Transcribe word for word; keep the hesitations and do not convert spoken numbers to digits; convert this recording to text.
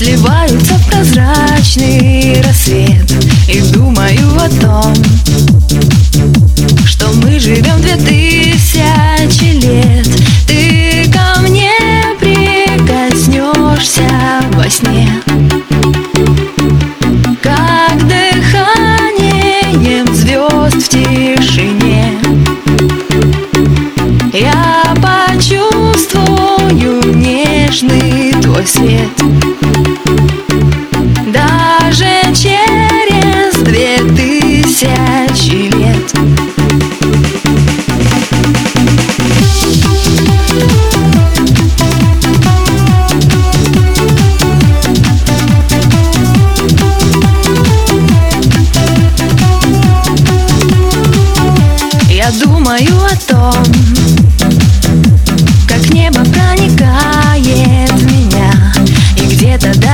сливаются в прозрачный рассвет. И думаю о том, что мы живем две тысячи лет. Ты ко мне прикоснешься во сне, как дыханием звезд в тишине. Я почувствую нежный твой свет, даже через две тысячи лет. Я думаю о том, как небо проникает в меня, и где-то